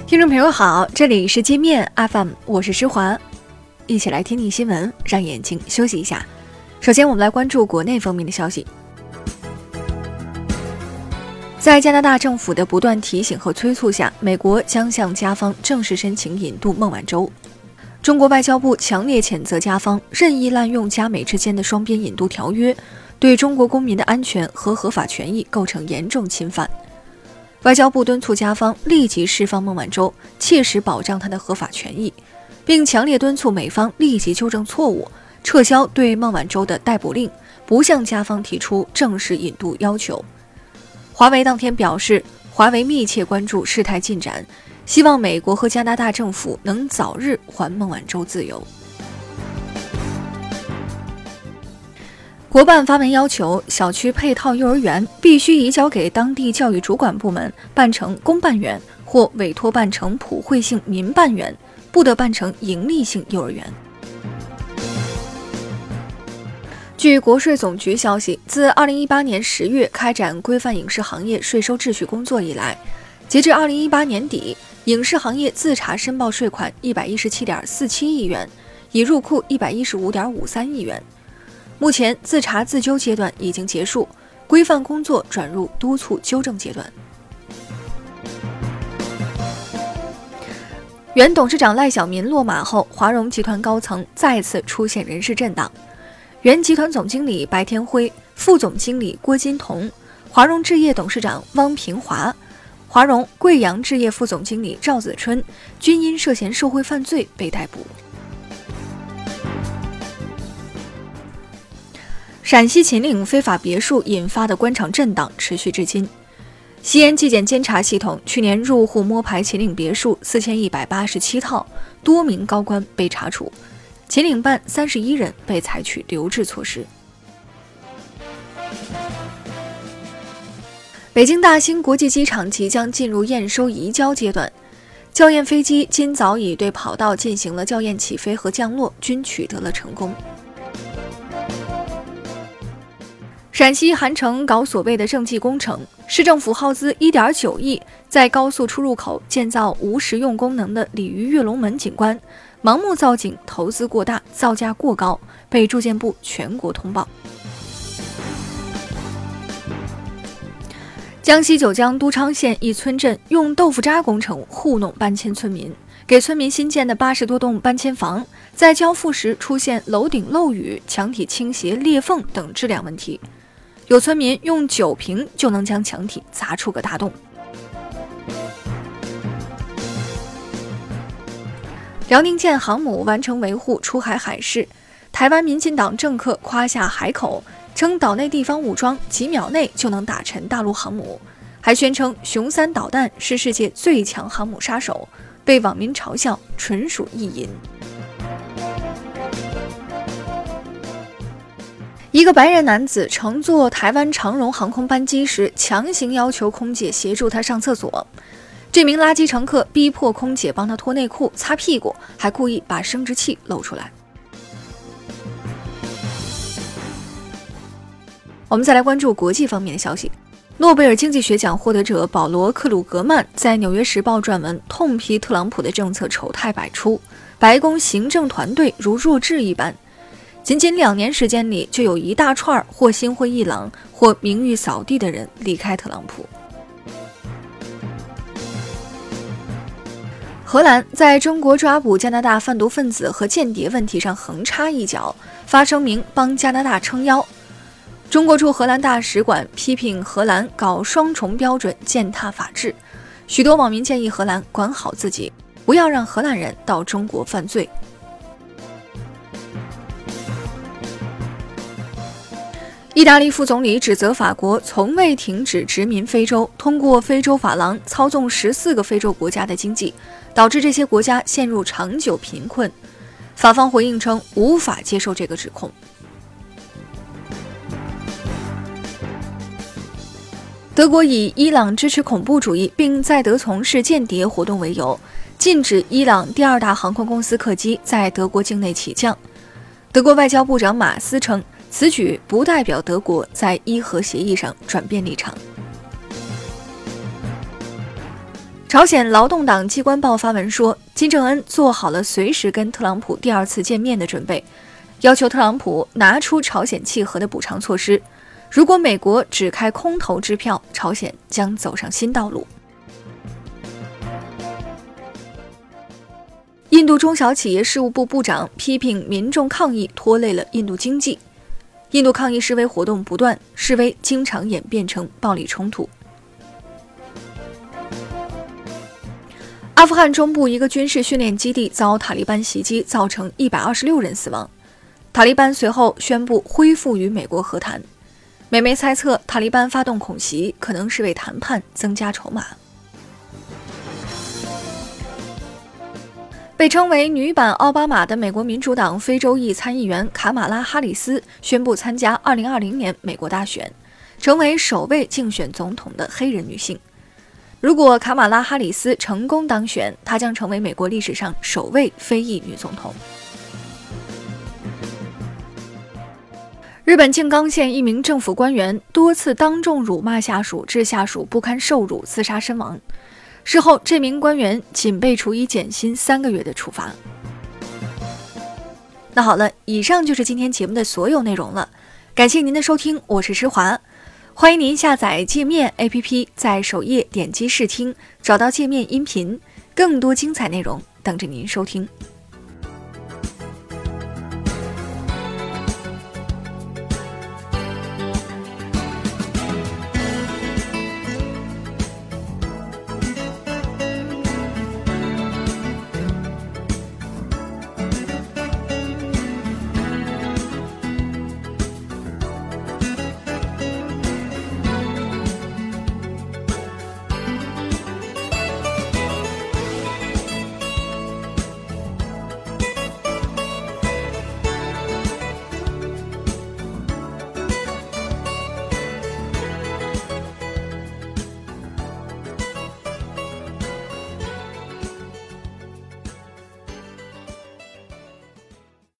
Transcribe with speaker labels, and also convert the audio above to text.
Speaker 1: 听众朋友好，这里是界面 FM， 我是施华，一起来听听新闻，让眼睛休息一下。首先我们来关注国内方面的消息。在加拿大政府的不断提醒和催促下，美国将向加方正式申请引渡孟晚舟。中国外交部强烈谴责加方任意滥用加美之间的双边引渡条约，对中国公民的安全和合法权益构成严重侵犯。外交部敦促加方立即释放孟晚舟，切实保障她的合法权益，并强烈敦促美方立即纠正错误，撤销对孟晚舟的逮捕令，不向加方提出正式引渡要求。华为当天表示，华为密切关注事态进展，希望美国和加拿大政府能早日还孟晚舟自由。国办发文要求，小区配套幼儿园必须移交给当地教育主管部门办成公办园，或委托办成普惠性民办园，不得办成盈利性幼儿园。据国税总局消息，自2018年10月开展规范影视行业税收秩序工作以来，截至2018年底，影视行业自查申报税款117.47亿元，已入库115.53亿元。目前自查自纠阶段已经结束，规范工作转入督促纠正阶段。原董事长赖小民落马后，华融集团高层再次出现人事震荡。原集团总经理白天辉、副总经理郭金童、华融置业董事长汪平华、华融贵阳置业副总经理赵子春均因涉嫌受贿犯罪被逮捕。陕西秦岭非法别墅引发的官场震荡持续至今。西安纪检监察系统去年入户摸排秦岭别墅4187套，多名高官被查处，秦岭办31人被采取留置措施。北京大兴国际机场即将进入验收移交阶段，校验飞机今早已对跑道进行了校验起飞和降落，均取得了成功。陕西韩城搞所谓的政绩工程，市政府耗资1.9亿，在高速出入口建造无实用功能的鲤鱼跃龙门景观，盲目造景，投资过大，造价过高，被住建部全国通报。江西九江都昌县一村镇用豆腐渣工程糊弄搬迁村民，给村民新建的80多栋搬迁房，在交付时出现楼顶漏雨、墙体倾斜、裂缝等质量问题。有村民用酒瓶就能将墙体砸出个大洞。辽宁舰航母完成维护出海海事，台湾民进党政客夸下海口，称岛内地方武装几秒内就能打沉大陆航母，还宣称雄3导弹是世界最强航母杀手，被网民嘲笑纯属意淫。一个白人男子乘坐台湾长荣航空班机时，强行要求空姐协助他上厕所。这名垃圾乘客逼迫空姐帮他脱内裤、擦屁股，还故意把生殖器露出来。我们再来关注国际方面的消息。诺贝尔经济学奖获得者保罗·克鲁格曼在《纽约时报》撰文痛批特朗普的政策丑态百出，白宫行政团队如弱智一般。仅仅2年时间里，就有一大串或心灰意冷或名誉扫地的人离开特朗普。荷兰在中国抓捕加拿大贩毒分子和间谍问题上横插一脚，发声明帮加拿大撑腰。中国驻荷兰大使馆批评荷兰搞双重标准，践踏法治。许多网民建议荷兰管好自己，不要让荷兰人到中国犯罪。意大利副总理指责法国从未停止殖民非洲，通过非洲法郎操纵14个非洲国家的经济，导致这些国家陷入长久贫困。法方回应称无法接受这个指控。德国以伊朗支持恐怖主义并在德从事间谍活动为由，禁止伊朗第2大航空公司客机在德国境内起降。德国外交部长马斯称，此举不代表德国在伊核协议上转变立场。 朝鲜劳动党机关报发文说，金正恩做好了随时跟特朗普第二次见面的准备，要求特朗普拿出朝鲜契合的补偿措施。如果美国只开空头支票，朝鲜将走上新道路。印度中小企业事务部部长批评民众抗议拖累了印度经济。印度抗议示威活动不断，示威经常演变成暴力冲突。阿富汗中部一个军事训练基地遭塔利班袭击，造成126人死亡。塔利班随后宣布恢复与美国和谈。美媒猜测，塔利班发动恐袭可能是为谈判增加筹码。被称为女版奥巴马的美国民主党非洲裔参议员卡马拉·哈里斯宣布参加2020年美国大选，成为首位竞选总统的黑人女性。如果卡马拉·哈里斯成功当选，她将成为美国历史上首位非裔女总统。日本静冈县一名政府官员多次当众辱骂下属，致下属不堪受辱，自杀身亡。事后，这名官员仅被处以减薪3个月的处罚。那好了，以上就是今天节目的所有内容了，感谢您的收听，我是施华。欢迎您下载界面 APP， 在首页点击试听，找到界面音频，更多精彩内容等着您收听。